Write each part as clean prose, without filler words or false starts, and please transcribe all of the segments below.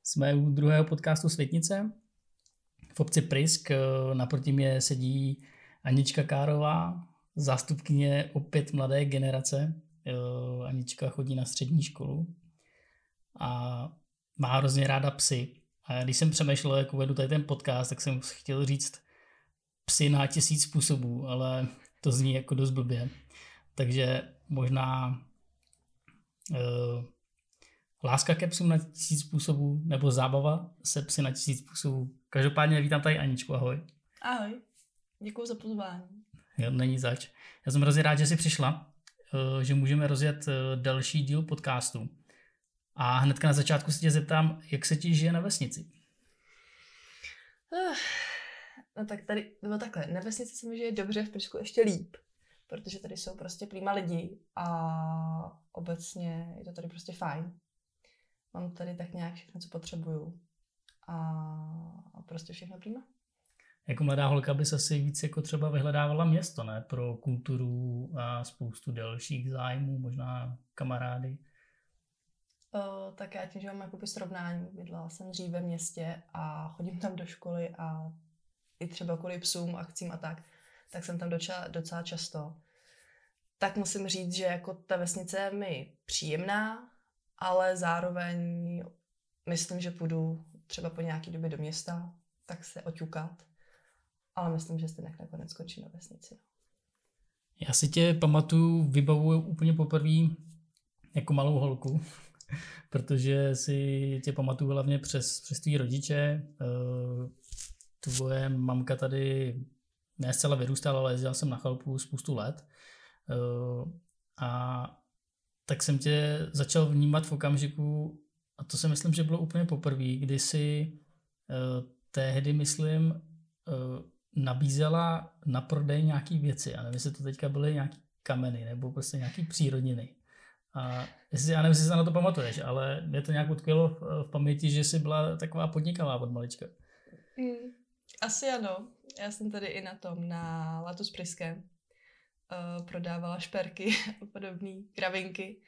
Jsme u druhého podcastu Světnice. V obci Prysk naproti mě sedí Anička Kárová, zástupkyně opět mladé generace. Anička chodí na střední školu a má hrozně ráda psy. A když jsem přemýšlel, jak uvedu tady ten podcast, tak jsem chtěl říct psy na 1000 způsobů, ale to zní jako dost blbě. Takže možná láska ke psům na 1000 způsobů nebo zábava se psy na 1000 způsobů. Každopádně vítám tady Aničku, ahoj. Ahoj, děkuji za pozvání. Jo, není zač. Já jsem hrozně rád, že jsi přišla, že můžeme rozjet další díl podcastu. A hnedka na začátku se tě zeptám, jak se ti žije na vesnici? No tak tady, nebo takhle, na vesnici se mi žije dobře, v Prysku ještě líp, protože tady jsou prostě prýma lidi a obecně je to tady prostě fajn. Mám tady tak nějak všechno, co potřebuju a prostě všechno prýma. Jako mladá holka bys asi víc jako třeba vyhledávala město, ne? Pro kulturu a spoustu dalších zájmů, možná kamarády. Tak já tím, že mám jakoby srovnání, bydlela jsem dřív ve městě a chodím tam do školy a i třeba kvůli psům, akcím a tak jsem tam docela často. Tak musím říct, že jako ta vesnice je mi příjemná, ale zároveň myslím, že půjdu třeba po nějaký době do města, tak se oťukat. Ale myslím, že stejně nakonec skončím na vesnici. Já si tě pamatuju, vybavuju úplně poprvé jako malou holku, protože si tě pamatuju hlavně přes tvý rodiče. Tvoje mamka tady ne zcela vyrůstala, ale jezdila jsem na chalupu spoustu let. A tak jsem tě začal vnímat v okamžiku, a to si myslím, že bylo úplně poprvé, kdy si tehdy, myslím, nabízela na prodej nějaký věci. A nevím, jestli to teďka byly nějaký kameny nebo prostě nějaký přírodniny. A já nevím, jestli se na to pamatuješ, ale mě to nějak utkvělo v paměti, že jsi byla taková podnikavá od malička. Asi ano. Já jsem tady i na Latu s Pryskem prodávala šperky a podobné kravinky.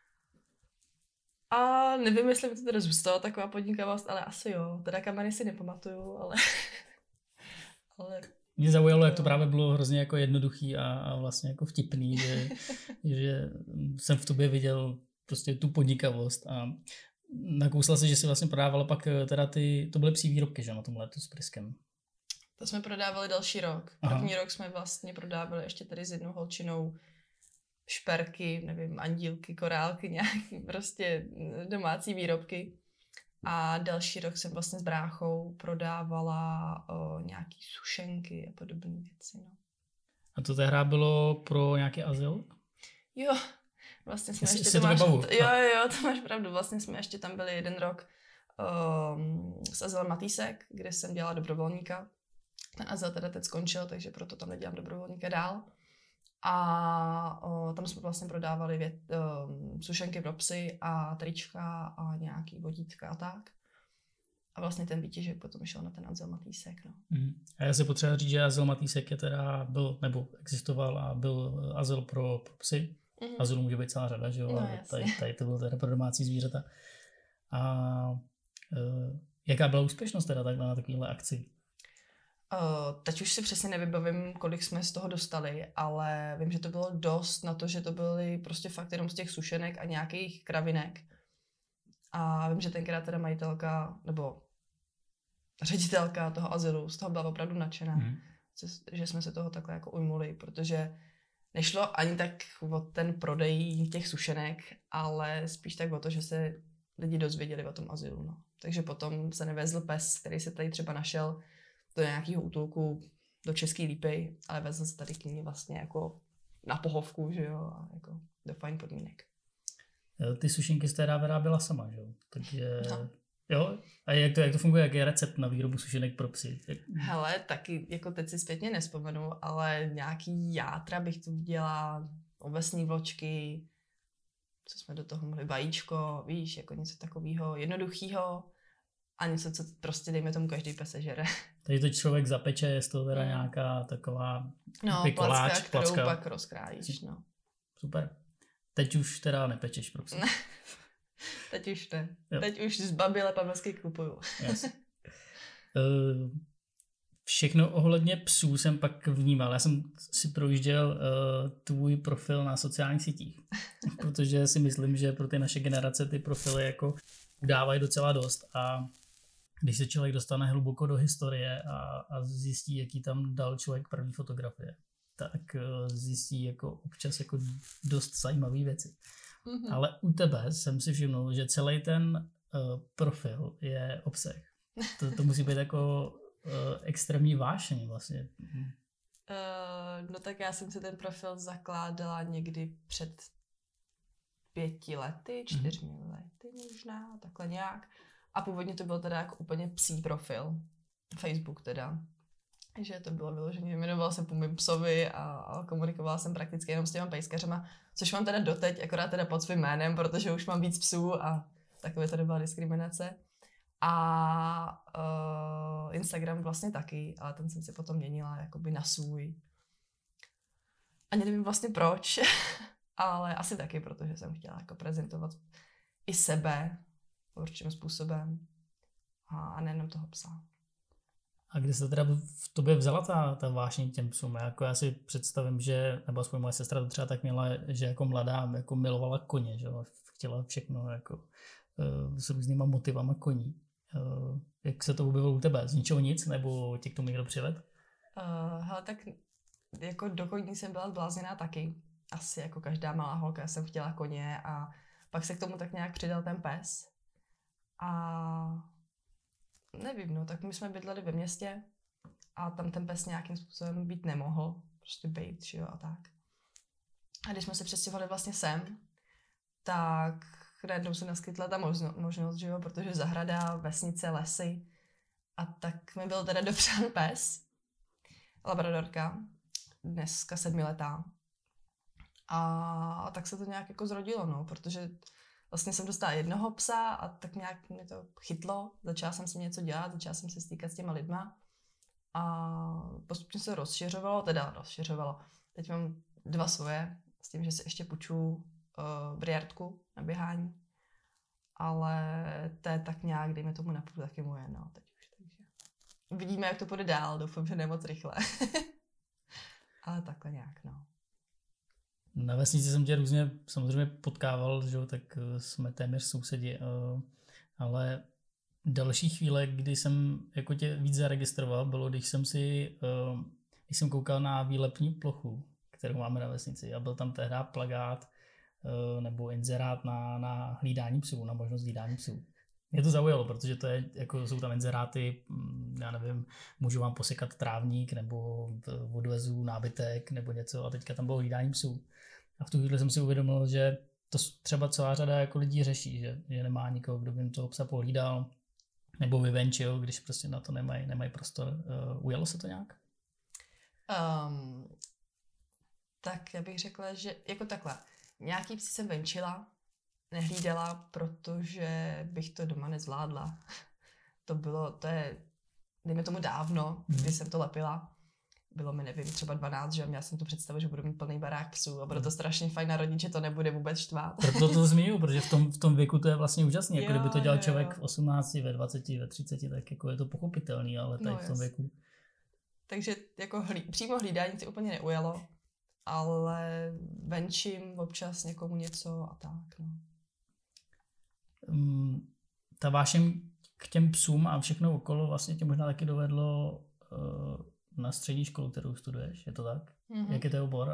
A nevím, jestli mi to teda zůstala taková podnikavost, ale asi jo. Teda kameny si nepamatuju, ale Mě zaujalo, jak to právě bylo hrozně jako jednoduchý a vlastně jako vtipný, že jsem v tobě viděl prostě tu podnikavost a nakousla si, že si vlastně prodávala pak teda to byly psí výrobky, že na tom Letu s Pryskem. To jsme prodávali další rok. První rok jsme vlastně prodávali ještě tady s jednou holčinou šperky, nevím, andílky, korálky, nějaký prostě domácí výrobky. A další rok jsem vlastně s bráchou prodávala nějaký sušenky a podobné věci. No. A to tehdy bylo pro nějaký azyl? Jo, vlastně jsme ještě to máš pravdu. Vlastně jsme ještě tam byli jeden rok s azylem Matýsek, kde jsem dělala dobrovolníka. Ten azyl teda teď skončil, takže proto tam nedělám dobrovolníka dál. A tam jsme vlastně prodávali sušenky pro psy a trička a nějaký vodítka a tak. A vlastně ten výtěžek potom šel na ten azyl Matýsek. No. A já si potřeba říct, že azyl Matýsek je teda byl, nebo existoval a byl azyl pro psy. Azylů může být celá řada, že jo? No, tady to bylo teda pro domácí zvířata. A jaká byla úspěšnost teda takhle na takovéhle akci? Teď už si přesně nevybavím, kolik jsme z toho dostali, ale vím, že to bylo dost na to, že to byly prostě fakt jenom z těch sušenek a nějakých kravinek. A vím, že tenkrát teda majitelka nebo ředitelka toho azylu z toho byla opravdu nadšená, že jsme se toho takhle jako ujmuli, protože nešlo ani tak o ten prodej těch sušenek, ale spíš tak o to, že se lidi dozvěděli o tom azylu. No. Takže potom se nevezl pes, který se tady třeba našel do nějakého útulku do České Lípy, ale vezl se tady k ní vlastně jako na pohovku, že jo, a jako do fajn podmínek. Ty sušenky jste vyráběla sama, že jo? Takže jo, a jak to funguje, jak je recept na výrobu sušenek pro psy? Hele, taky jako teď si zpětně nespomenu, ale nějaký játra bych tu viděla, ovesní vločky, co jsme do toho mohli, vajíčko, víš, jako něco takového jednoduchého. A něco, co prostě dejme tomu každý pes sežere. Takže to člověk zapeče, je to teda nějaká taková placka, kterou pak rozkrájíš. No. Super. Teď už teda nepečeš, prosím. Teď už ne. Jo. Teď už zbaběle pamlsky kupuju. Yes. Všechno ohledně psů jsem pak vnímal. Já jsem si projížděl tvůj profil na sociálních sítích, protože si myslím, že pro ty naše generace ty profily jako udávají docela dost a když se člověk dostane hluboko do historie a zjistí, jaký tam dal člověk první fotografie, tak zjistí jako občas jako dost zajímavé věci. Mm-hmm. Ale u tebe jsem si všimnul, že celý ten profil je obsah. To musí být jako extrémní vášeň vlastně. No tak já jsem si ten profil zakládala někdy před 5 lety, 4 lety možná, takhle nějak. A původně to byl teda jako úplně psí profil. Facebook teda. Že to bylo vyloženě, jmenovala se po mým psovi a komunikovala jsem prakticky jenom s těma pejskařema, což mám teda doteď, akorát teda pod svým jménem, protože už mám víc psů a takové to nebyla diskriminace. A Instagram vlastně taky, ale ten jsem si potom měnila jakoby na svůj. Ani nevím vlastně proč, ale asi taky, protože jsem chtěla jako prezentovat i sebe určitým způsobem a nejenom toho psa. A kde se teda v tobě vzala ta vášeň těm psům? Jako já si představím, že, nebo aspoň moje sestra to třeba tak měla, že jako mladá jako milovala koně, že jo? Chtěla všechno jako s různýma motivama koní. Jak se to objevilo u tebe? Z ničeho nic? Nebo tě k tomu někdo přived? Hele, tak jako do koní jsem byla zblázněná taky. Asi jako každá malá holka jsem chtěla koně a pak se k tomu tak nějak přidal ten pes. A nevím, no, tak my jsme bydleli ve městě a tam ten pes nějakým způsobem být nemohl. Prostě bejt, že jo, a tak. A když jsme se přestěhovali vlastně sem, tak najednou se naskytla ta možnost, že jo, protože zahrada, vesnice, lesy. A tak mi byl teda dopřán pes, labradorka, dneska 7letá. A tak se to nějak jako zrodilo, no, protože vlastně jsem dostala jednoho psa a tak nějak mě to chytlo. Začala jsem si něco dělat, začala jsem se stýkat s těma lidma a postupně se rozšiřovalo. Teď mám 2 svoje, s tím, že si ještě půjču briardku na běhání, ale to je tak nějak, dejme tomu na půl taky moje, no, teď už, takže uvidíme, jak to půjde dál, doufám, že ne moc rychle, ale takhle nějak, no. Na vesnici jsem tě různě samozřejmě potkával, že jo, tak jsme téměř sousedi, ale další chvíle, kdy jsem jako tě víc zaregistroval, bylo, když jsem koukal na výlepní plochu, kterou máme na vesnici a byl tam tehdy plakát nebo inzerát na hlídání psů, na možnost hlídání psů. Mě to zaujalo, protože to je, jako jsou tam inzeráty, já nevím, můžu vám posekat trávník nebo odvezu nábytek nebo něco a teďka tam bylo hlídání psů. A v tu chvíli jsem si uvědomil, že to třeba celá řada jako lidí řeší, že nemá nikoho, kdo by jim toho psa pohlídal nebo vyvenčil, když prostě na to nemají prostor. Ujalo se to nějak? Tak já bych řekla, že jako takhle. Nějaký psy jsem venčila, nehlídala, protože bych to doma nezvládla. To je, dejme tomu dávno, kdy jsem to lepila. Bylo mi, nevím, třeba 12, že měla jsem tu představu, že budu mít plný barák psů a bude to strašně fajn narodit, že to nebude vůbec štvát. Proto to zmiňuji, protože v tom věku to je vlastně úžasné. Jako kdyby to dělal člověk v 18, ve 20, ve 30, tak jako je to pochopitelný, ale tady v tom věku. Takže jako přímo hlídání si úplně neujalo, ale venčím občas někomu něco a tak, no. Ta vášeň k těm psům a všechno okolo vlastně tě možná taky dovedlo na střední školu, kterou studuješ, je to tak? Mm-hmm. Jak je to obor?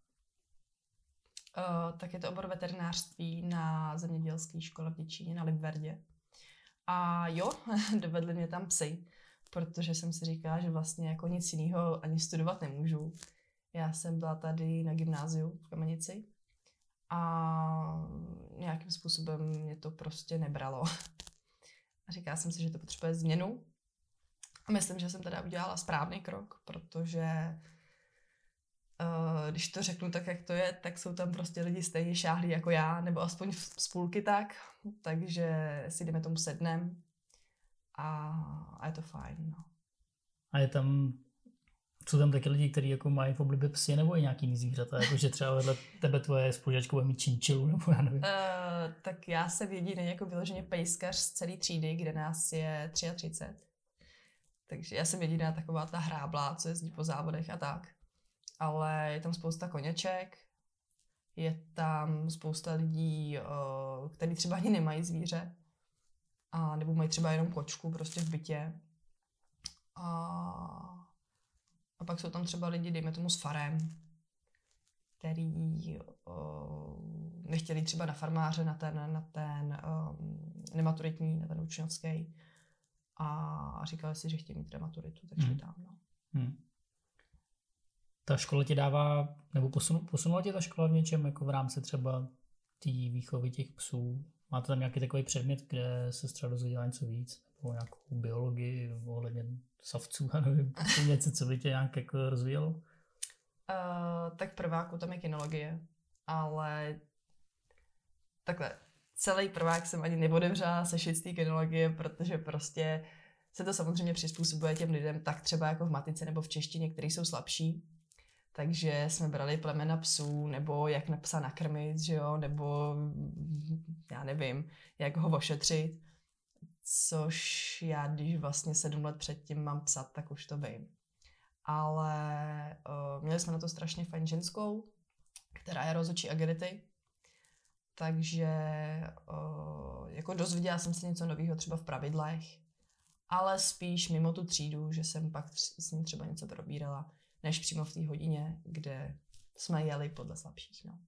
Tak je to obor veterinářství na zemědělské škole v Děčíně na Libverdě. A jo, dovedli mě tam psy, protože jsem si říkala, že vlastně jako nic jiného ani studovat nemůžu. Já jsem byla tady na gymnáziu v Kamenici a nějakým způsobem mě to prostě nebralo. A říkala jsem si, že to potřebuje změnu. A myslím, že jsem teda udělala správný krok, protože když to řeknu tak, jak to je, tak jsou tam prostě lidi stejně šáhlí jako já, nebo aspoň z půlky tak, takže si jdeme tomu sednem a je to fajn, no. A je tam jsou tam taky lidi, kteří jako mají v oblibě psy nebo i nějaký jiný zvířata, jakože třeba vedle tebe tvoje spolužačka bude mít činčilu, nebo já nevím. Tak já jsem jediný jako vyloženě pejskař z celé třídy, kde nás je 33. Takže já jsem jediná taková ta hráblá, co jezdí po závodech a tak. Ale je tam spousta koněček, je tam spousta lidí, kteří třeba ani nemají zvíře, a nebo mají třeba jenom kočku prostě v bytě. A pak jsou tam třeba lidi, dejme tomu s farem, který nechtěli třeba na farmáře, na ten nematuritní, na ten učňovský. A říkali si, že chtějí mít maturitu, takže tam, no. Ta škola ti dává, nebo posunula tě ta škola v něčem, jako v rámci třeba té výchovy těch psů? Máte tam nějaký takový předmět, kde se třeba dozvěděla něco víc? Nebo nějakou biologii, ohledně savců, a nevím, něco, co by tě nějak jako rozvíjelo? Tak prváku tam je kinologie, ale takhle, celý prvák jsem ani neodevřela sešit z té kinologie, protože prostě se to samozřejmě přizpůsobuje těm lidem, tak třeba jako v matice nebo v češtině, který jsou slabší. Takže jsme brali plemena psů, nebo jak na psa nakrmit, že jo, nebo já nevím, jak ho ošetřit. Což já, když vlastně 7 let předtím mám psat, tak už to vím. Ale měli jsme na to strašně fajn ženskou, která je rozhodčí agility. Takže jako dozvěděla jsem si něco nového třeba v pravidlech, ale spíš mimo tu třídu, že jsem pak s ní třeba něco probírala, než přímo v té hodině, kde jsme jeli podle slabších. No.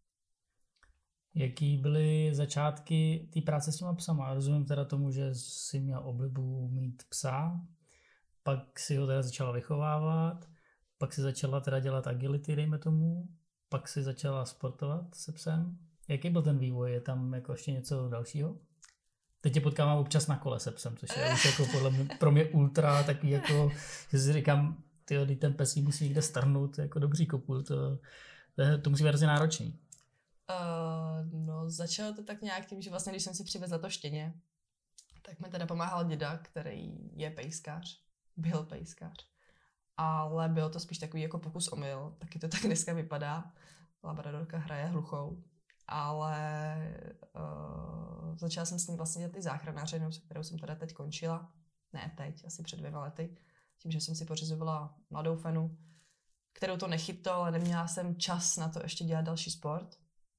Jaký byly začátky té práce s těma psama? Rozumím teda tomu, že jsi měl oblibu mít psa, pak si ho teda začala vychovávat, pak si začala teda dělat agility, dejme tomu, pak si začala sportovat se psem. Jaký byl ten vývoj? Je tam jako ještě něco dalšího? Teď tě potkávám občas na kole se psem, což je už jako pro mě ultra takový jako, že si říkám, tyjo, ten pes musí někde strhnout jako do bříkopu, to musí být hrozně náročný. No, začalo to tak nějak tím, že vlastně, když jsem si přivezla to štěně, tak mi teda pomáhal děda, který je pejskař, byl pejskař, ale bylo to spíš takový jako pokus omyl, taky to tak dneska vypadá, labradorka hraje hluchou, ale začala jsem s ním vlastně dělat i záchranářinu, se kterou jsem teda teď končila, ne teď, asi před 2 lety, tím, že jsem si pořizovala mladou fenu, kterou to nechytlo, ale neměla jsem čas na to ještě dělat další sport.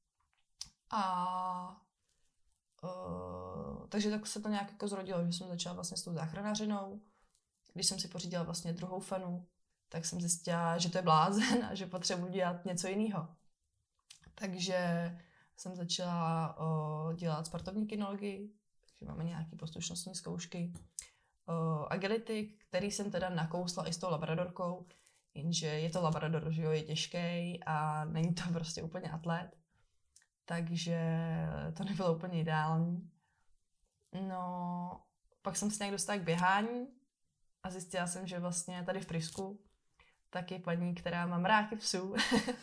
Takže tak se to nějak jako zrodilo, že jsem začala vlastně s tou záchranářinou. Když jsem si pořídila vlastně druhou fenu, tak jsem zjistila, že to je blázen a že potřebuji dělat něco jiného. Takže jsem začala dělat sportovní kinologii, takže máme nějaké poslušnostní zkoušky. Agility, který jsem teda nakousla i s tou labradorkou, jenže je to labrador, že jo, je těžký a není to prostě úplně atlet. Takže to nebylo úplně ideální. No, pak jsem se nějak dostala k běhání a zjistila jsem, že vlastně tady v Prisku tak je paní, která má mráky psů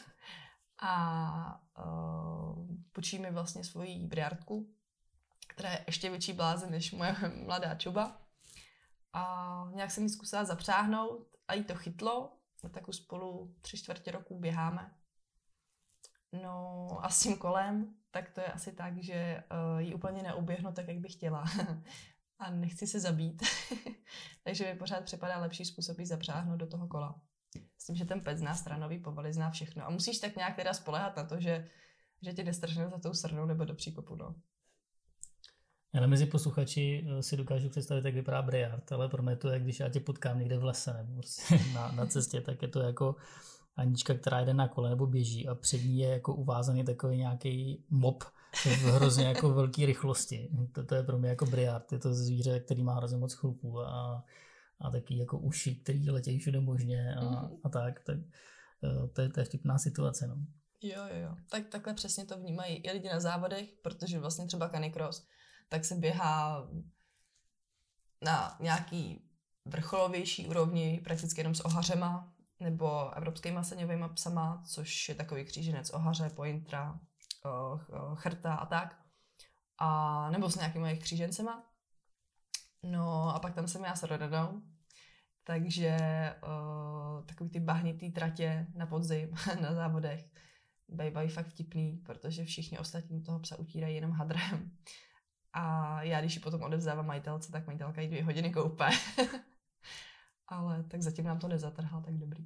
a půjčí mi vlastně svoji briardku, která je ještě větší blázen než moje mladá čuba. A nějak jsem ji zkusila zapřáhnout a jí to chytlo, a tak už spolu 3/4 roku běháme. No a s tím kolem, tak to je asi tak, že ji úplně neuběhnu tak, jak bych chtěla. A nechci se zabít. Takže mi pořád připadá lepší způsob jí zapřáhnout do toho kola. S tím, že ten pes zná stranový povaly, zná všechno. A musíš tak nějak teda spoléhat na to, že tě nestrhne za tou srnou nebo do příkopu, no. Já mezi posluchači si dokážu představit, jak vypadá briard, ale pro mě to je, když já tě potkám někde v lese nebo prostě na cestě, tak je to jako Anička, která jde na kole nebo běží a před ní je jako uvázaný takový nějaký mop v hrozně jako velké rychlosti. To je pro mě jako briard, je to zvíře, který má hrozně moc chlupů a taky jako uši, který letějí všude možně a tak to je vtipná situace. No. Jo. Tak takhle přesně to vnímají i lidi na závodech, protože vlastně třeba canicross, tak se běhá na nějaký vrcholovější úrovni, prakticky jenom s ohařema, nebo evropskýma saňovýma psama, což je takový kříženec ohaře, pointra, chrta a tak. A nebo s nějakýma jejich křížencema. No a pak tam jsem já s Rodanou, Takže takový ty bahnitý tratě na podzim na závodech bývají fakt vtipný, protože všichni ostatní toho psa utírají jenom hadrem. A já, když ji potom odevzdávám majitelce, tak majitelka jí 2 hodiny koupe. Ale tak zatím nám to nezatrhla, tak dobrý.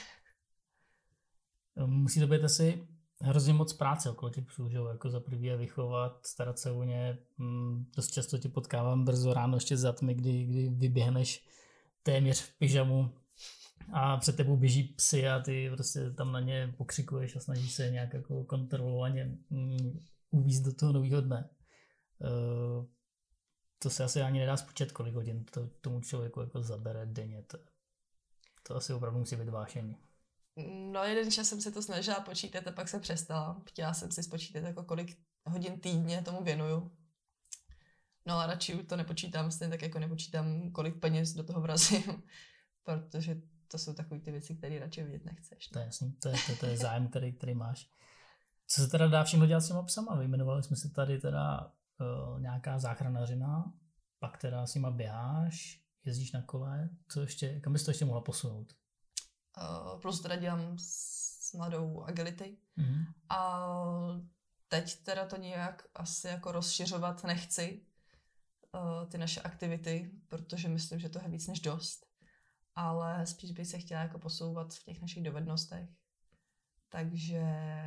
Musí to být asi hrozně moc práce okolo těch psů, že jo? Jako za prvý je vychovat, starat se o ně. Dost často tě potkávám brzo ráno ještě za tmy, kdy vyběhneš téměř v pyžamu a před tebou běží psy a ty prostě tam na ně pokřikuješ a snažíš se nějak jako kontrolovaně uvízt do toho nového dne. To se asi ani nedá spočet, kolik hodin to tomu člověku jako zabere denně. To asi opravdu musí být vášený. No, jeden čas jsem si to snažila počítat a pak jsem přestala. Chtěla jsem si spočítat, jako kolik hodin týdně tomu věnuju. No ale radši to nepočítám, stejně tak jako nepočítám, kolik peněz do toho vrazím, protože to jsou takové ty věci, které radši vidět nechceš. To je jasný, to je zájem, který máš. Co se teda dá všechno dělat s těma psama? Vyjmenovali jsme se tady teda nějaká záchranařina, pak teda s nima běháš, jezdíš na kole, co ještě, kam bys to ještě mohla posunout? Plus teda dělám s mladou agility. Mm-hmm. A teď teda to nějak asi jako rozšiřovat nechci, ty naše aktivity, protože myslím, že to je víc než dost. Ale spíš bych se chtěla jako posouvat v těch našich dovednostech. Takže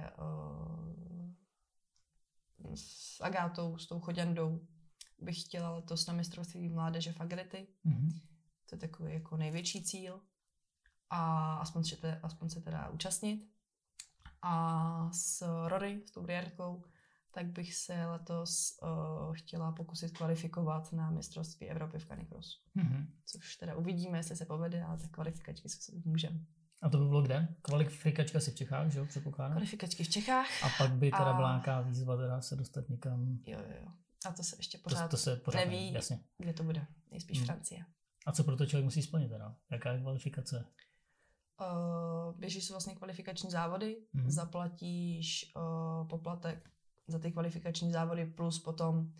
s Agátou, s tou Choďandou bych chtěla letos na mistrovství mládeže v agility. Mm-hmm. To je takový jako největší cíl. A aspoň se teda účastnit. A s Rory, s tou Briarkou, tak bych se letos chtěla pokusit kvalifikovat na mistrovství Evropy v canicrossu. Mm-hmm. Což teda uvidíme, jestli se povede, ale tak kvalifikačky se můžeme. A to by bylo kde? Kvalifikačka si v Čechách, že jo, předpokládám? Kvalifikačky v Čechách. A pak by teda byla nějaká výzva teda se dostat někam. Jo. A to se ještě pořád, to se pořád neví, jasně. Kde to bude. Nejspíš Francie. A co pro to člověk musí splnit teda? Jaká je kvalifikace? Běžíš vlastně kvalifikační závody, zaplatíš poplatek za ty kvalifikační závody plus potom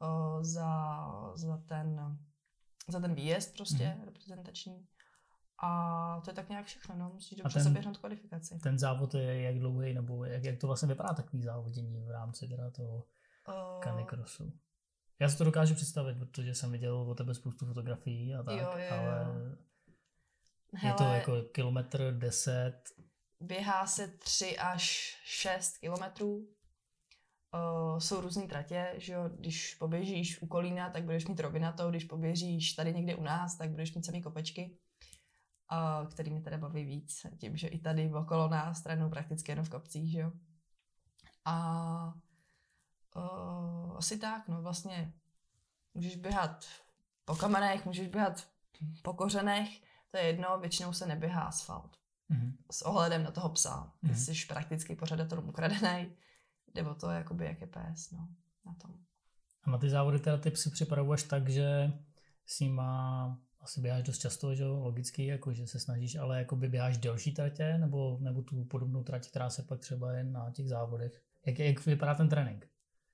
za ten výjezd prostě reprezentační. A to je tak nějak všechno, no. Musíš dobře zaběhnout kvalifikaci. Ten závod je jak dlouhý, nebo jak to vlastně vypadá takový závodění v rámci teda toho canicrossu? Já si to dokážu představit, protože jsem viděl o tebe spoustu fotografií a tak, ale je to jako kilometr 10. Běhá se 3 až 6 kilometrů. Jsou různý tratě, že jo, když poběžíš u Kolína, tak budeš mít rovinatou, když poběžíš tady někde u nás, tak budeš mít samý kopečky, který mě teda baví víc, tím, že i tady okolo nás trénuju prakticky jenom v kopcích, že jo. A asi tak, no vlastně můžeš běhat po kamenech, můžeš běhat po kořenech, to je jedno, většinou se neběhá asfalt. Mm-hmm. S ohledem na toho psa. Ty jsi prakticky pořadatelům ukradenej, nebo to jakoby jak je pes, no, na tom. A na ty závody teda ty psy připravuješ tak, že s nima asi běháš dost často, že jo, logicky, jako že se snažíš, ale jakoby běháš delší tratě, nebo tu podobnou trať, která se pak třeba jen na těch závodech. Jak vypadá ten trénink?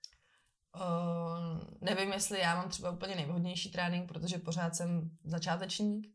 Nevím, jestli já mám třeba úplně nejvhodnější trénink, protože pořád jsem začátečník.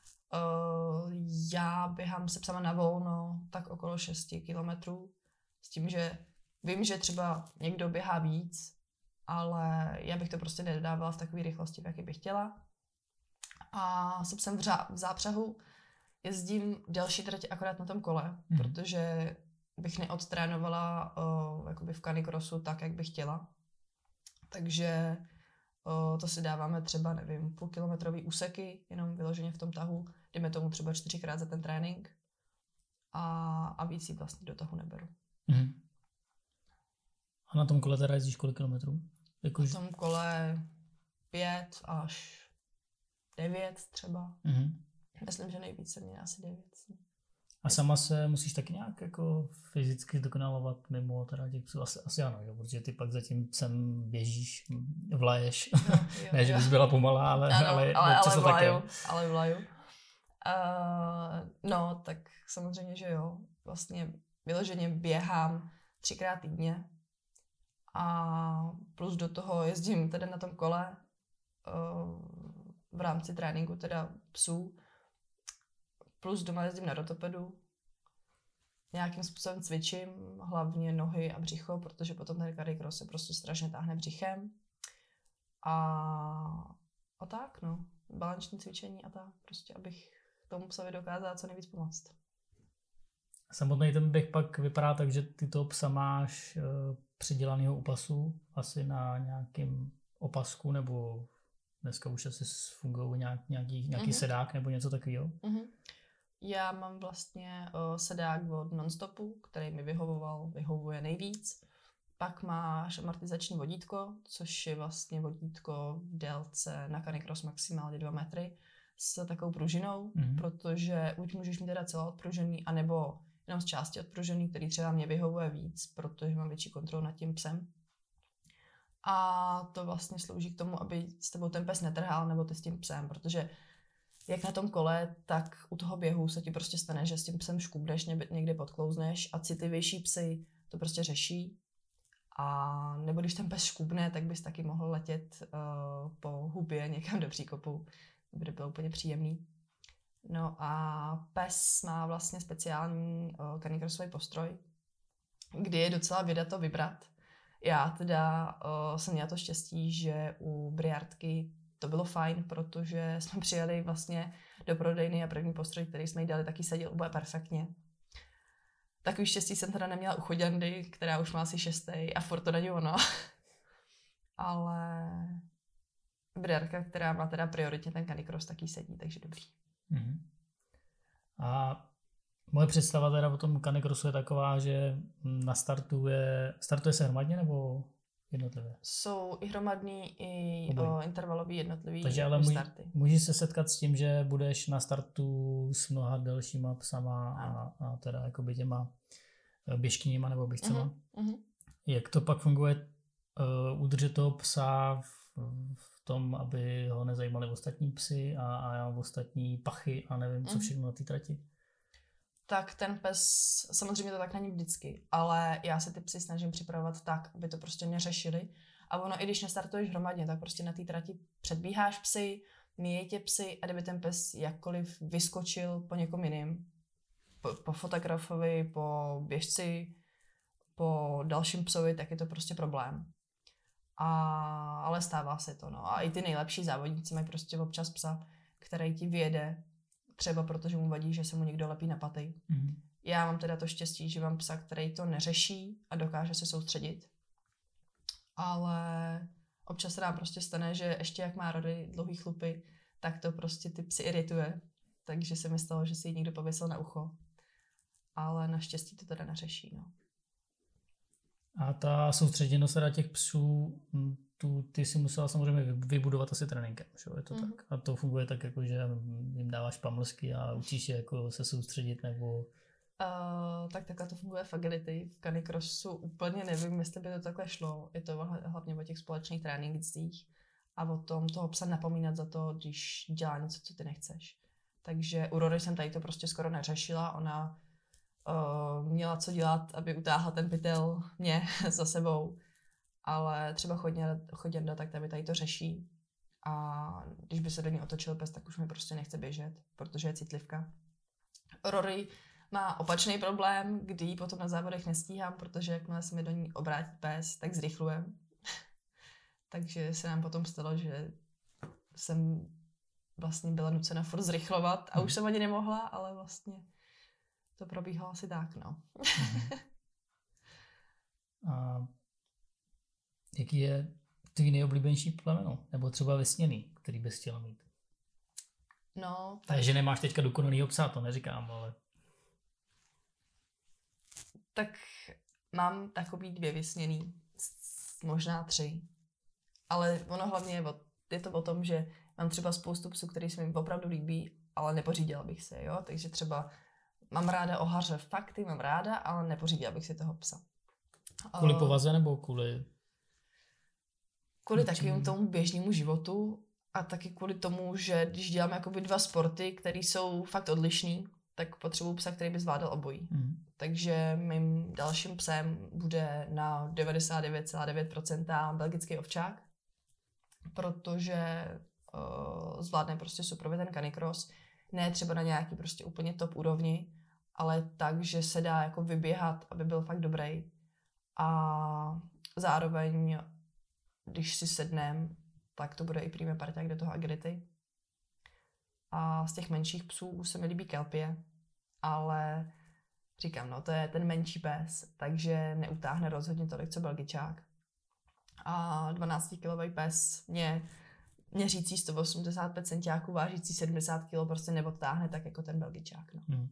Já běhám se psama na volno tak okolo 6 kilometrů, s tím, že vím, že třeba někdo běhá víc, ale já bych to prostě nedodávala v takové rychlosti, v jaké bych chtěla. A se psem v zápřehu jezdím delší tratě akorát na tom kole, protože bych neodtrénovala jakoby v canicrossu tak, jak bych chtěla. Takže to si dáváme třeba, nevím, půlkilometrový úseky, jenom vyloženě v tom tahu. Jdeme tomu třeba 4krát za ten trénink a víc jí vlastně do tahu neberu. Mm-hmm. A na tom kole teda jezdíš kolik kilometrů? Na tom kole 5 až 9 třeba. Mm-hmm. Myslím, že nejvíce mě asi 9. A sama se musíš taky nějak jako fyzicky zdokonalovat mimo teda těch psů? Asi ano, jo? Protože ty pak zatím sem běžíš, vlaješ. Jo. Ne, že bys byla pomalá, ale vlaju. Ale vlaju. No, tak samozřejmě, že jo. Vlastně vyloženě běhám 3krát týdně a plus do toho jezdím teda na tom kole v rámci tréninku teda psů plus doma jezdím na rotopedu. Nějakým způsobem cvičím, hlavně nohy a břicho, protože potom ten canicross se prostě strašně táhne břichem. A tak, no. Balanční cvičení a tak, prostě abych tomu psovi dokázala co nejvíc pomoct. Samotný ten běh pak vypadá tak, že ty toho psa máš přidělanýho u pasu, asi na nějakým opasku, nebo dneska už asi fungují nějaký sedák nebo něco takového. Já mám vlastně sedák od Nonstopu, který mi vyhovuje nejvíc. Pak máš amortizační vodítko, což je vlastně vodítko v délce na canicross maximálně 2 metry s takovou pružinou, protože už můžeš mít teda celoodpružený, anebo jenom z části odpružený, který třeba mě vyhovuje víc, protože mám větší kontrolu nad tím psem. A to vlastně slouží k tomu, aby s tebou ten pes netrhal, nebo ty s tím psem, protože jak na tom kole, tak u toho běhu se ti prostě stane, že s tím psem škubneš, někde podklouzneš a citlivější psy to prostě řeší. A nebo když ten pes škubne, tak bys taky mohl letět po hubě někam do příkopu. To by bylo úplně příjemný. No a pes má vlastně speciální canicrossový postroj, kdy je docela věda to vybrat. Já teda jsem měla to štěstí, že u Briardky to bylo fajn, protože jsme přijeli vlastně do prodejny a první postroj, který jsme jí dali, taky seděl úplně perfektně. Takový štěstí jsem teda neměla u Chodjandy, která už má asi 6. a furt to není ono. Ale Briardka, která má teda prioritně ten canicross, taky sedí, takže dobrý. A moje představa teda o tom canicrossu je taková, že startuje se hromadně nebo jednotlivě? Jsou i hromadný, i intervalový jednotlivý. Takže ale starty. Můžeš se setkat s tím, že budeš na startu s mnoha dalšíma psama a teda jakoby těma běžkyněma nebo běžcema. Jak to pak funguje udržet toho psa v tom, aby ho nezajímali ostatní psy a ostatní pachy a nevím, co všechno na té trati? Tak ten pes, samozřejmě to tak není vždycky, ale já se ty psy snažím připravovat tak, aby to prostě neřešili. A ono, i když nestartuješ hromadně, tak prostě na té trati předbíháš psy, míjejí tě psy a kdyby ten pes jakkoliv vyskočil po někom jiným, po fotografovi, po běžci, po dalším psovi, tak je to prostě problém. Ale stává se to, no. A i ty nejlepší závodníci mají prostě občas psa, který ti vyjede, třeba protože mu vadí, že se mu někdo lepí na paty. Já mám teda to štěstí, že mám psa, který to neřeší a dokáže se soustředit. Ale občas se nám prostě stane, že ještě jak má Rory dlouhý chlupy, tak to prostě ty psy irituje. Takže se mi stalo, že si ji někdo pověsil na ucho. Ale naštěstí to teda neřeší, no. A ta soustředěnost teda těch psů, ty si musela samozřejmě vybudovat asi tréninkem, že? Je to tak? A to funguje tak, jako, že jim dáváš pamlsky a učíš je jako se soustředit, nebo... Tak takhle to funguje v agility. V canicrossu úplně nevím, jestli by to takhle šlo. Je to hlavně o těch společných trénincích a o tom toho psa napomínat za to, když dělá něco, co ty nechceš. Takže u Rory jsem tady to prostě skoro neřešila. Ona měla co dělat, aby utáhla ten pytel mě za sebou. Ale třeba Chodjanda, tak tady to řeší. A když by se do ní otočil pes, tak už mi prostě nechce běžet, protože je citlivka. Rory má opačný problém, kdy potom na závodech nestíhám, protože jakmile se mi do ní obrátí pes, tak zrychlujem. Takže se nám potom stalo, že jsem vlastně byla nucena furt zrychlovat a už jsem ani nemohla, ale vlastně to probíhalo asi tak, no. A jaký je tvůj nejoblíbenější plemeno? Nebo třeba vysněný, který bys chtěla mít? No, tak... Takže nemáš teďka dokonalýho psa, to neříkám, ale... Tak mám takový 2 vysněný, možná 3. Ale ono hlavně je to o tom, že mám třeba spoustu psů, který se mi opravdu líbí, ale nepořídila bych se, jo? Takže třeba mám ráda ohaře, fakt ty mám ráda, ale nepořídila bych si toho psa. Kvůli povaze nebo kvůli... Kvůli takovému tomu běžnému životu a taky kvůli tomu, že když dělám jakoby 2 sporty, které jsou fakt odlišný, tak potřebuji psa, který by zvládal obojí. Takže mým dalším psem bude na 99,9% belgický ovčák, protože zvládne prostě super ten canicross. Ne třeba na nějaký prostě úplně top úrovni, ale tak, že se dá jako vyběhat, aby byl fakt dobrý. A zároveň, když si sednem, tak to bude i prýmé parťák do toho agility. A z těch menších psů už se mi líbí kelpie, ale říkám, no to je ten menší pes, takže neutáhne rozhodně tolik, co belgičák. A 12-kilový pes měřící 185 centiáků, vážící 70 kg prostě neodtáhne tak jako ten belgičák. No.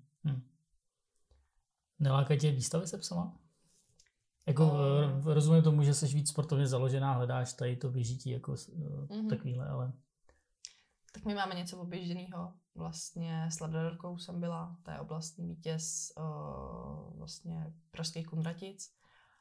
Nelákají tě výstavy se psama? Jako rozumím tomu, že jsi víc sportovně založená, hledáš tady to vyžití jako takovýhle, ale... Tak my máme něco oběžděného. Vlastně s Labradorkou jsem byla, to je oblastní vítěz vlastně pražských Kunratic.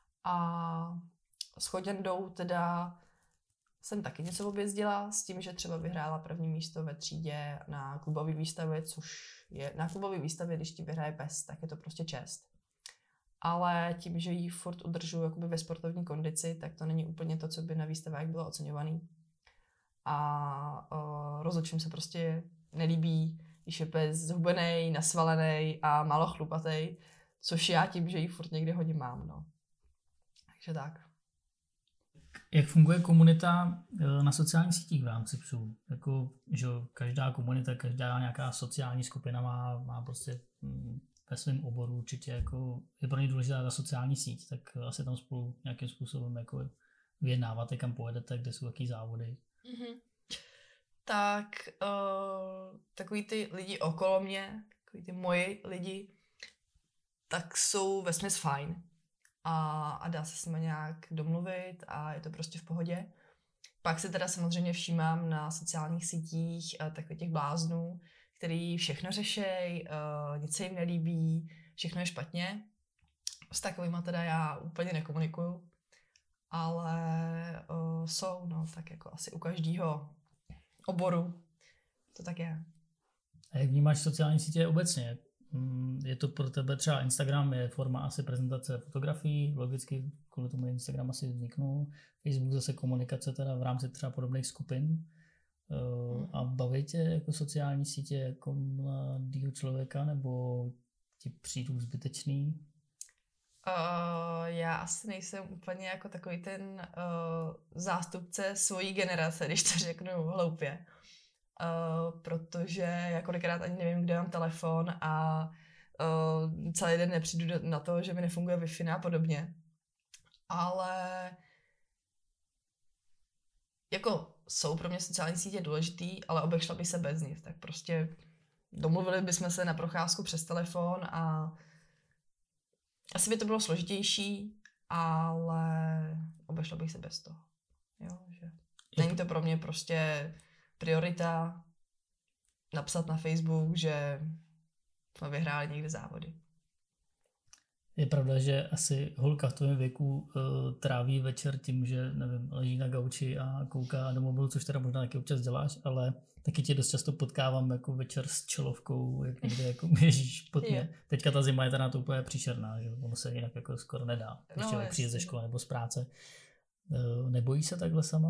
A s Choděndou teda jsem taky něco objezdila s tím, že třeba vyhrála první místo ve třídě na klubové výstavě, což je na klubové výstavě, když ti vyhraje pes, tak je to prostě čest. Ale tím, že ji furt udržuji jakoby ve sportovní kondici, tak to není úplně to, co by na výstavách bylo oceňovaný. A rozhodčím se prostě nelíbí, když je pes zhubenej, nasvalenej a málo chlupatej, což já tím, že ji furt někde hodně mám, no. Takže tak. Jak funguje komunita na sociálních sítích v rámci psů? Jako, že každá komunita, každá nějaká sociální skupina má prostě ve svém oboru určitě jako je pro ně důležitá ta sociální síť, tak asi tam spolu nějakým způsobem jako vyjednáváte, kam pojedete, kde jsou jaký závody. Tak takový ty lidi okolo mě, takový ty moji lidi, tak jsou vesměs fajn. A dá se s nimi nějak domluvit a je to prostě v pohodě. Pak se teda samozřejmě všímám na sociálních sítích takových těch bláznů, který všechno řešej, nic se jim nelíbí, všechno je špatně. S takovýma teda já úplně nekomunikuju, ale jsou, no, tak jako asi u každého oboru to tak je. A jak vnímáš sociální sítě obecně? Je to pro tebe třeba Instagram, je forma asi prezentace fotografií, logicky kvůli tomu Instagram asi vzniknul, Facebook zase komunikace teda v rámci třeba podobných skupin. A baví tě jako sociální sítě jako mladýho člověka, nebo ti přijdou zbytečný? Já asi nejsem úplně jako takový ten zástupce svojí generace, když to řeknu hloupě. Protože já kolikrát ani nevím, kde mám telefon a celý den nepřijdu na to, že mi nefunguje Wi-Fi a podobně. Ale jako jsou pro mě sociální sítě důležitý, ale obešla bych se bez nich. Tak prostě domluvili bychom se na procházku přes telefon a asi by to bylo složitější, ale obešla bych se bez toho. Jo, že není to pro mě prostě priorita napsat na Facebook, že jsme vyhráli někde závody. Je pravda, že asi holka v tvém věku tráví večer tím, že nevím, leží na gauči a kouká do mobilu, což teda možná taky občas děláš, ale taky tě dost často potkávám jako večer s čelovkou, jak někde jako běžíš pod mě. Teďka ta zima je teda to úplně příšerná, že ono se jinak jako skoro nedá, když člověk přijde ze školy nebo z práce. Nebojíš se takhle sama?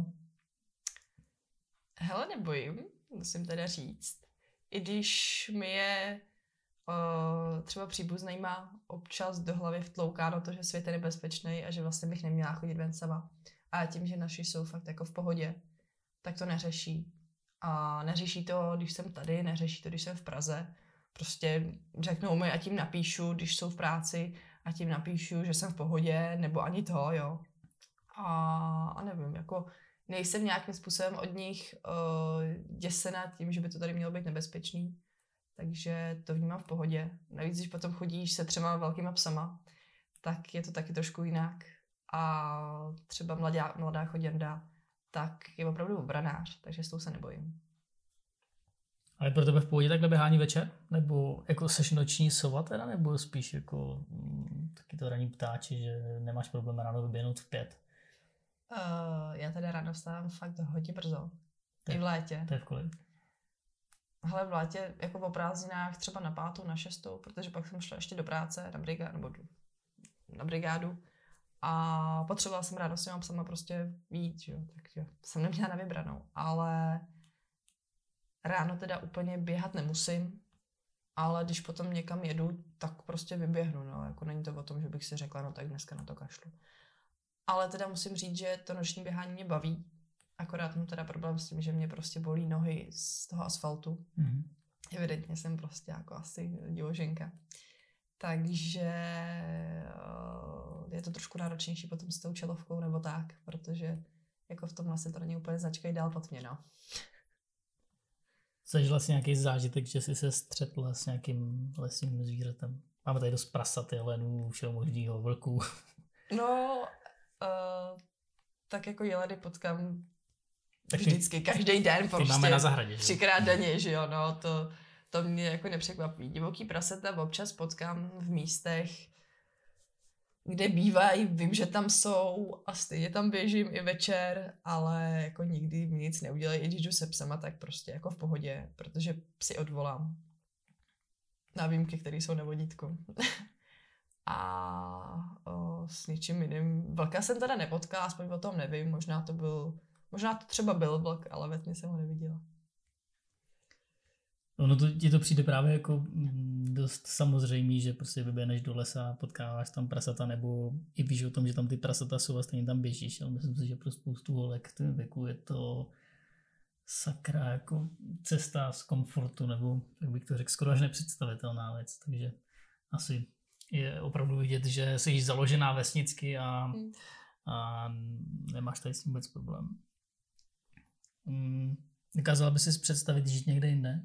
Hele, nebojím, musím teda říct. I když mi je třeba příbuznýma občas do hlavy vtloukáno to, že svět je nebezpečný a že vlastně bych neměla chodit ven sama. A tím, že naši jsou fakt jako v pohodě, tak to neřeší. A neřeší to, když jsem tady, neřeší to, když jsem v Praze. Prostě řeknou mi, a tím napíšu, když jsou v práci, a tím napíšu, že jsem v pohodě, nebo ani to, jo. A nevím, jako nejsem nějakým způsobem od nich děsena tím, že by to tady mělo být nebezpečný. Takže to vnímám v pohodě. Navíc, když potom chodíš se 3 velkýma psama, tak je to taky trošku jinak. A třeba mladá Choděnda, tak je opravdu obranář, takže s tou se nebojím. A je pro tebe v pohodě takhle běhání večer? Nebo jako seš noční sova teda? Nebo spíš jako taky to ranní ptáči, že nemáš problém ráno vyběhnout v 5? Já teda ráno vstávám fakt hodně brzo. I v létě. To je v kolik? Hele, v létě jako po prázdninách třeba na 5, na 6, protože pak jsem šla ještě do práce na brigádu a potřebovala jsem ráno s těma psama prostě vyjít, jo, takže jsem neměla na vybranou, ale Ráno teda úplně běhat nemusím, ale když potom někam jedu, tak prostě vyběhnu, no, jako není to o tom, že bych si řekla, no tak dneska na to kašlu. Ale teda musím říct, že to noční běhání mě baví, akorát mám teda problém s tím, že mě prostě bolí nohy z toho asfaltu. Evidentně jsem prostě jako asi divoženka. Takže je to trošku náročnější potom s tou čelovkou nebo tak, protože jako v tom lese to není úplně začkej dál pod mě, no. Zažila jsi nějaký zážitek, že jsi se střetla s nějakým lesním zvířetem? Máme tady dost prasat, jelenů, všeho možného, vlků. No, tak jako jeleny potkám vždycky, každý den, prostě máme na zahradě, 3krát denně, že jo, no, to mě jako nepřekvapí. Divoký prasata občas potkám v místech, kde bývají, vím, že tam jsou a stejně tam běžím i večer, ale jako nikdy mi nic neudělají, i když jdu se psama, tak prostě jako v pohodě, protože psy odvolám. Na výjimky, které jsou na vodítku. A s ničím jiným. Vlka jsem teda nepotkala, aspoň o tom nevím, možná to třeba byl vlk, ale ve tmě jsem ho neviděla. Ono ti to přijde právě jako dost samozřejmý, že prostě vyběhneš do lesa, potkáváš tam prasata, nebo i víš o tom, že tam ty prasata jsou a stejně tam běžíš, ale myslím si, že pro spoustu holek v tom věku je to sakra jako cesta z komfortu, nebo jak bych to řekl, skoro až nepředstavitelná věc, takže asi je opravdu vidět, že jsi založená vesnicky a nemáš tady s tím vůbec problém. Dokázala by si představit žít někde jinde?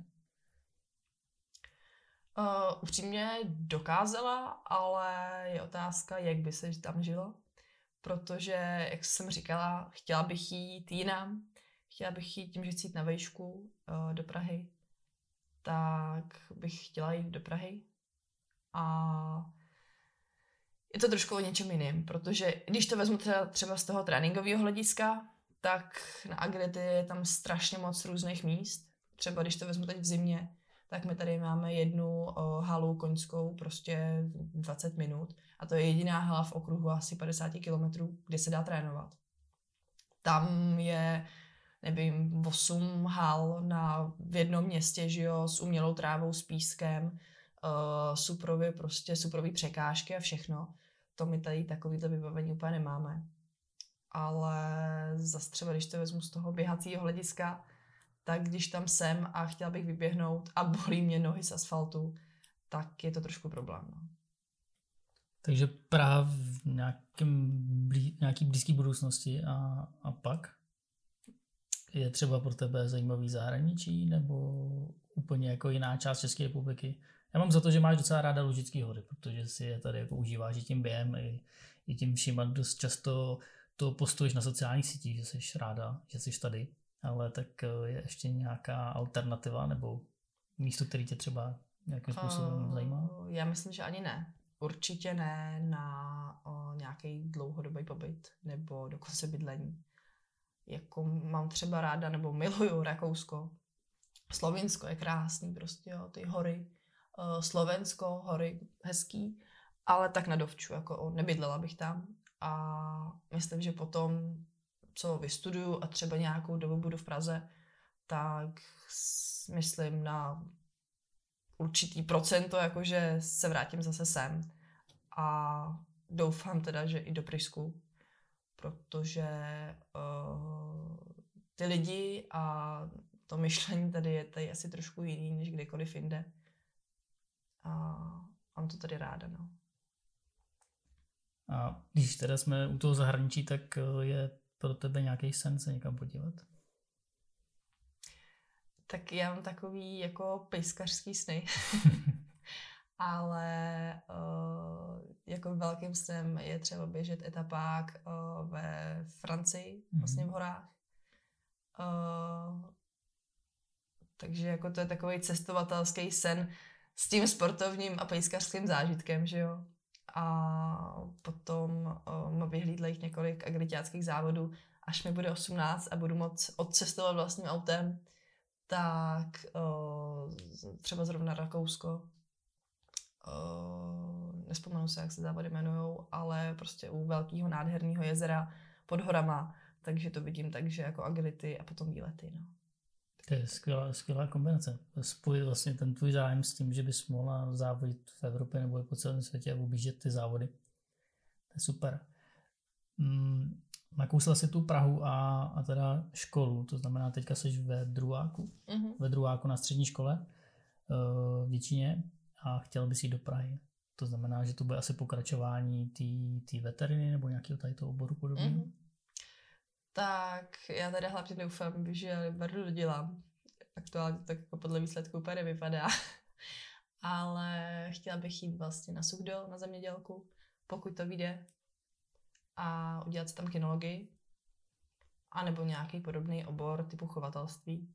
Upřímně dokázala, ale je otázka, jak by se tam žilo. Protože, jak jsem říkala, chtěla bych jít jinam. Chtěla bych jít tím, že chci jít na vejšku do Prahy. Tak bych chtěla jít do Prahy. A je to trošku o něčem jiným, protože když to vezmu třeba z toho tréninkového hlediska, tak na Agility je tam strašně moc různých míst. Třeba když to vezmu teď v zimě, tak my tady máme jednu halu koňskou, prostě 20 minut. A to je jediná hala v okruhu asi 50 kilometrů, kde se dá trénovat. Tam je, nevím, 8 hal v jednom městě, že jo, s umělou trávou, s pískem, suprový překážky a všechno. To my tady takovýto vybavení úplně nemáme. Ale zase třeba, když to vezmu z toho běhacího hlediska, tak když tam jsem a chtěla bych vyběhnout a bolí mě nohy z asfaltu, tak je to trošku problém. No. Takže právě v nějaký blízké budoucnosti a pak je třeba pro tebe zajímavý zahraničí nebo úplně jako jiná část České republiky? Já mám za to, že máš docela ráda Lužické hory, protože si je tady jako užíváš i tím během, i tím vším a dost často to postuješ na sociálních sítích, že jsi ráda, že jsi tady. Ale tak je ještě nějaká alternativa nebo místo, které tě třeba nějakým způsobem zajímá? Já myslím, že ani ne. Určitě ne na nějaký dlouhodobý pobyt nebo dokonce bydlení. Jako mám třeba ráda nebo miluju Rakousko. Slovinsko je krásný prostě, jo, ty hory. Slovensko, hory, hezký, ale tak na dovču, jako nebydlela bych tam. A myslím, že potom co vystuduju a třeba nějakou dobu budu v Praze, tak myslím na určitý procento, jakože se vrátím zase sem. A doufám teda, že i do Prýsku, protože ty lidi a to myšlení tady je tady asi trošku jiný, než kdekoliv jinde. A mám to tady ráda, no. A když teda jsme u toho zahraničí, tak je pro tebe nějaký sen se někam podívat? Tak já mám takový jako pejskařský sny. Ale jako velkým snem je třeba běžet etapák ve Francii, vlastně v horách. Takže jako to je takový cestovatelský sen s tím sportovním a pejskařským zážitkem, že jo. A potom mám vyhlídlých několik agilitáckých závodů, až mi bude 18 a budu moct odcestovat vlastním autem, tak třeba zrovna Rakousko. Nespomenu se, jak se závody jmenujou, ale prostě u velkého nádherného jezera pod horama, takže to vidím takže jako agility a potom výlety, no. To je skvělá kombinace. Spojit vlastně ten tvůj zájem s tím, že bys mohla závodit v Evropě nebo i po celém světě a objíždět ty závody. To je super. Nakousla si tu Prahu a teda školu, to znamená teďka jsi ve druháku. Ve druháku na střední škole v Děčíně a chtěl bys jít do Prahy. To znamená, že to bude asi pokračování té veteriny nebo nějakého tady toho oboru podobného. Tak já teda hlavně doufám, že Bardu dodělám. Aktuálně tak jako podle výsledku úplně nevypadá. Ale chtěla bych jít vlastně na Suchdol, na zemědělku, pokud to vyjde. A udělat si tam kinologii. A nebo nějaký podobný obor typu chovatelství.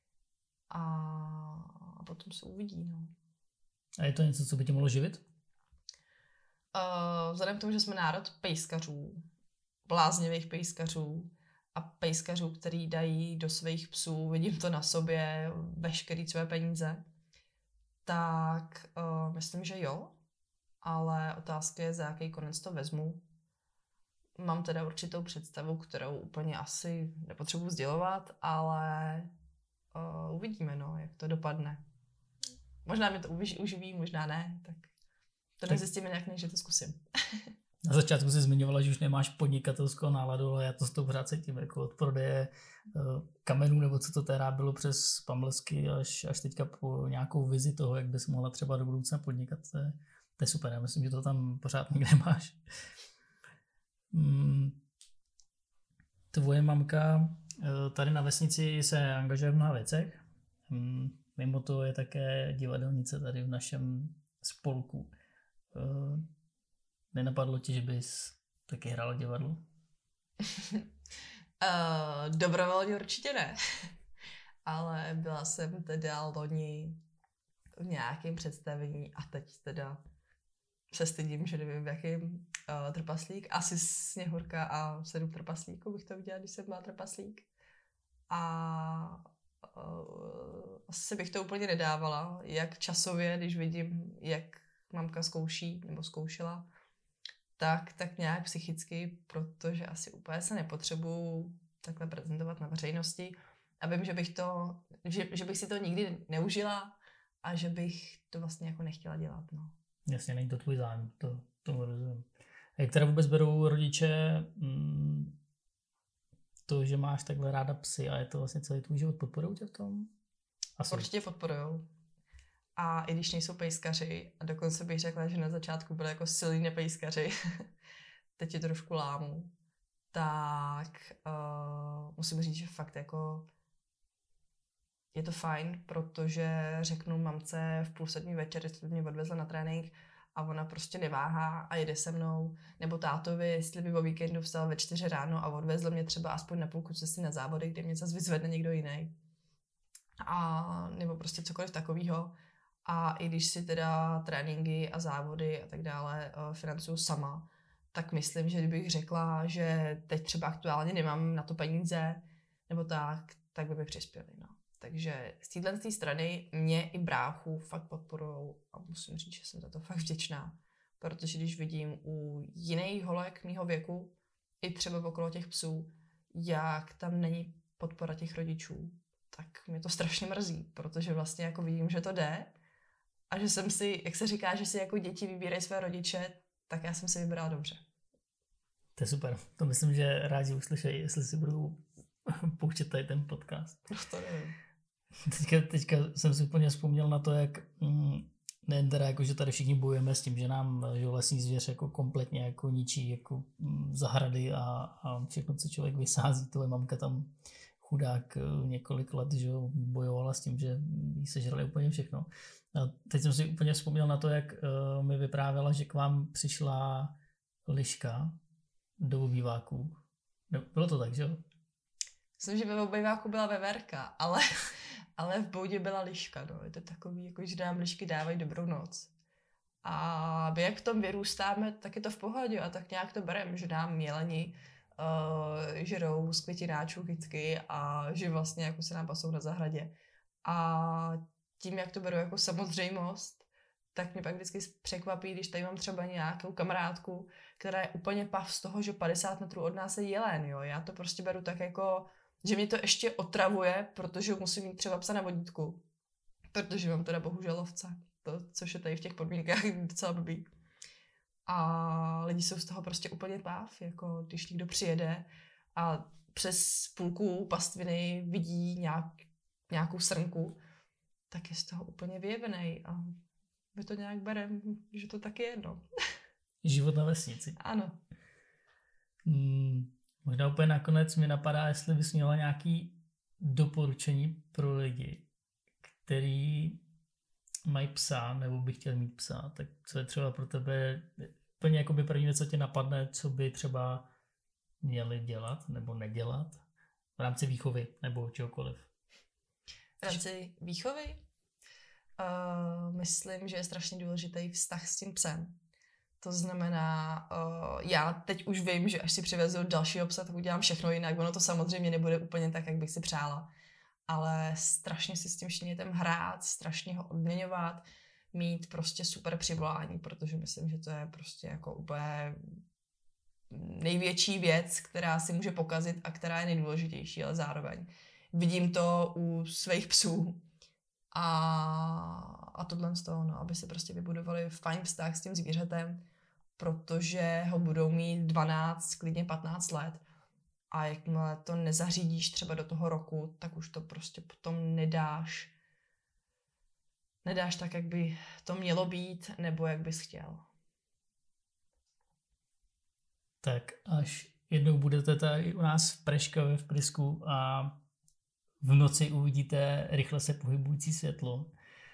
A potom se uvidí, no. A je to něco, co by tě mohlo živit? Vzhledem k tomu, že jsme národ pejskařů, bláznivých pejskařů a pejskařů, který dají do svých psů, vidím to na sobě, veškerý své peníze, tak myslím, že jo, ale otázka je, za jaký konec to vezmu. Mám teda určitou představu, kterou úplně asi nepotřebuji sdělovat, ale uvidíme, no, jak to dopadne. Možná mě to uživí, možná ne, tak to nezjistíme nějak, než že to zkusím. Na začátku jsi zmiňovala, že už nemáš podnikatelskou náladu, ale já to s tou pořád cítím, jako od prodeje kamenů, nebo co to teda bylo přes pamlsky, až teďka po nějakou vizi toho, jak bys mohla třeba do budoucna podnikat. To je super, já myslím, že to tam pořád nikde máš. Tvoje mamka tady na vesnici se angažuje v mnoha věcech. Mimo to je také divadelnice tady v našem spolku. Nenapadlo ti, že bys taky hrála divadlo? Dobrovolně určitě ne. Ale byla jsem teda loni v nějakém představení a teď teda se stydím, že nevím, jakým trpaslík. Asi Sněhurka a 7 trpaslíků bych to viděla, když jsem byla trpaslík. A asi bych to úplně nedávala, jak časově, když vidím, jak mamka zkouší nebo zkoušela, tak nějak psychicky, protože asi úplně se nepotřebuju takhle prezentovat na veřejnosti a vím, že bych si to nikdy neužila a že bych to vlastně jako nechtěla dělat, no. Jasně, není to tvůj zájem, to rozumím. Jak teda vůbec berou rodiče to, že máš takhle ráda psy a je to vlastně celý tvůj život, podporujou tě v tom? Asi. Určitě podporujou. A i když nejsou pejskaři, a dokonce bych řekla, že na začátku byly jako silní nepejskaři, teď je trošku lámu, tak musím říct, že fakt jako je to fajn, protože řeknu mamce v 6:30 večer, jestli mě odvezla na trénink a ona prostě neváhá a jede se mnou, nebo tátovi, jestli by o víkendu vstal ve 4 ráno a odvezl mě třeba aspoň na půlku cesty na závody, kde mě zase vyzvedne někdo jiný. A nebo prostě cokoliv takového. A i když si teda tréninky a závody a tak dále financuju sama, tak myslím, že kdybych řekla, že teď třeba aktuálně nemám na to peníze, nebo tak by mi přispěli. No. Takže z této strany mě i bráchu fakt podporujou a musím říct, že jsem za to fakt vděčná. Protože když vidím u jiných holek mýho věku, i třeba okolo těch psů, jak tam není podpora těch rodičů, tak mě to strašně mrzí, protože vlastně jako vidím, že to jde a že jsem si, jak se říká, že si jako děti vybírají své rodiče, tak já jsem si vybrala dobře. To je super. To myslím, že rádi uslyšejí, jestli si budou pouštět tady ten podcast. To nevím. Teďka jsem si úplně vzpomněl na to, jak nejen teda jako, že tady všichni bojujeme s tím, že nám lesní zvěř jako kompletně jako ničí jako zahrady a všechno, co člověk vysází. Tvoje mamka tam chudák několik let, že bojovala s tím, že jí sežrali úplně všechno. A teď jsem si úplně vzpomněl na to, jak mi vyprávěla, že k vám přišla liška do obýváků. Bylo to tak, že jo? Myslím, že ve obýváku byla veverka, ale v boudě byla liška. No. Je to takový, jako že nám lišky dávají dobrou noc. A my jak v tom vyrůstáme, tak je to v pohodě a tak nějak to bereme, že nám jeleni žerou z květináčů kytky a že vlastně jako se nám pasou na zahradě. A tím, jak to beru jako samozřejmost, tak mě pak vždycky překvapí, když tady mám třeba nějakou kamarádku, která je úplně pav z toho, že 50 metrů od nás je jelen, jo. Já to prostě beru tak jako že mě to ještě otravuje, protože musím mít třeba psa na vodítku, protože mám teda bohužel lovce, což je tady v těch podmínkách docela blbý. A lidi jsou z toho prostě úplně páv, jako když někdo přijede a přes půlku pastviny vidí nějakou srnku, tak je z toho úplně vyjevenej a my to nějak bereme, že to tak je, no. Život na vesnici. Ano. Možná úplně nakonec mi napadá, jestli bys měla nějaký doporučení pro lidi, který mají psa nebo by chtěli mít psa, tak co je třeba pro tebe úplně jakoby první věc, co tě napadne, co by třeba měli dělat nebo nedělat v rámci výchovy nebo čehokoliv? V rámci výchovy myslím, že je strašně důležitý vztah s tím psem. To znamená, já teď už vím, že až si přivezu dalšího psa, tak udělám všechno jinak. Ono to samozřejmě nebude úplně tak, jak bych si přála. Ale strašně si s tím štěnětem hrát, strašně ho odměňovat, mít prostě super přivolání, protože myslím, že to je prostě jako úplně největší věc, která si může pokazit a která je nejdůležitější, ale zároveň vidím to u svých psů a tohle z toho, no, aby si prostě vybudovali fajn vztah s tím zvířetem, protože ho budou mít 12, klidně 15 let. A jakmile to nezařídíš třeba do toho roku, tak už to prostě potom nedáš tak, jak by to mělo být, nebo jak bys chtěl. Tak až jednou budete tady u nás v Preškově v Prisku a v noci uvidíte rychle se pohybující světlo,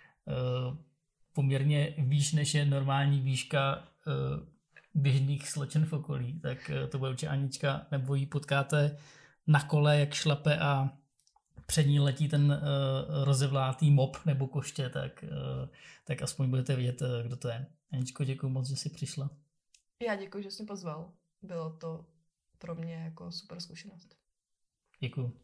poměrně výš, než je normální výška běžných slečen v okolí, tak to bude určitě Anička, nebo ji potkáte na kole, jak šlape a před ní letí ten rozevlátý mop nebo koště, tak aspoň budete vědět, kdo to je. Aničko, děkuji moc, že jsi přišla. Já děkuji, že jsi mě pozval. Bylo to pro mě jako super zkušenost. Děkuji.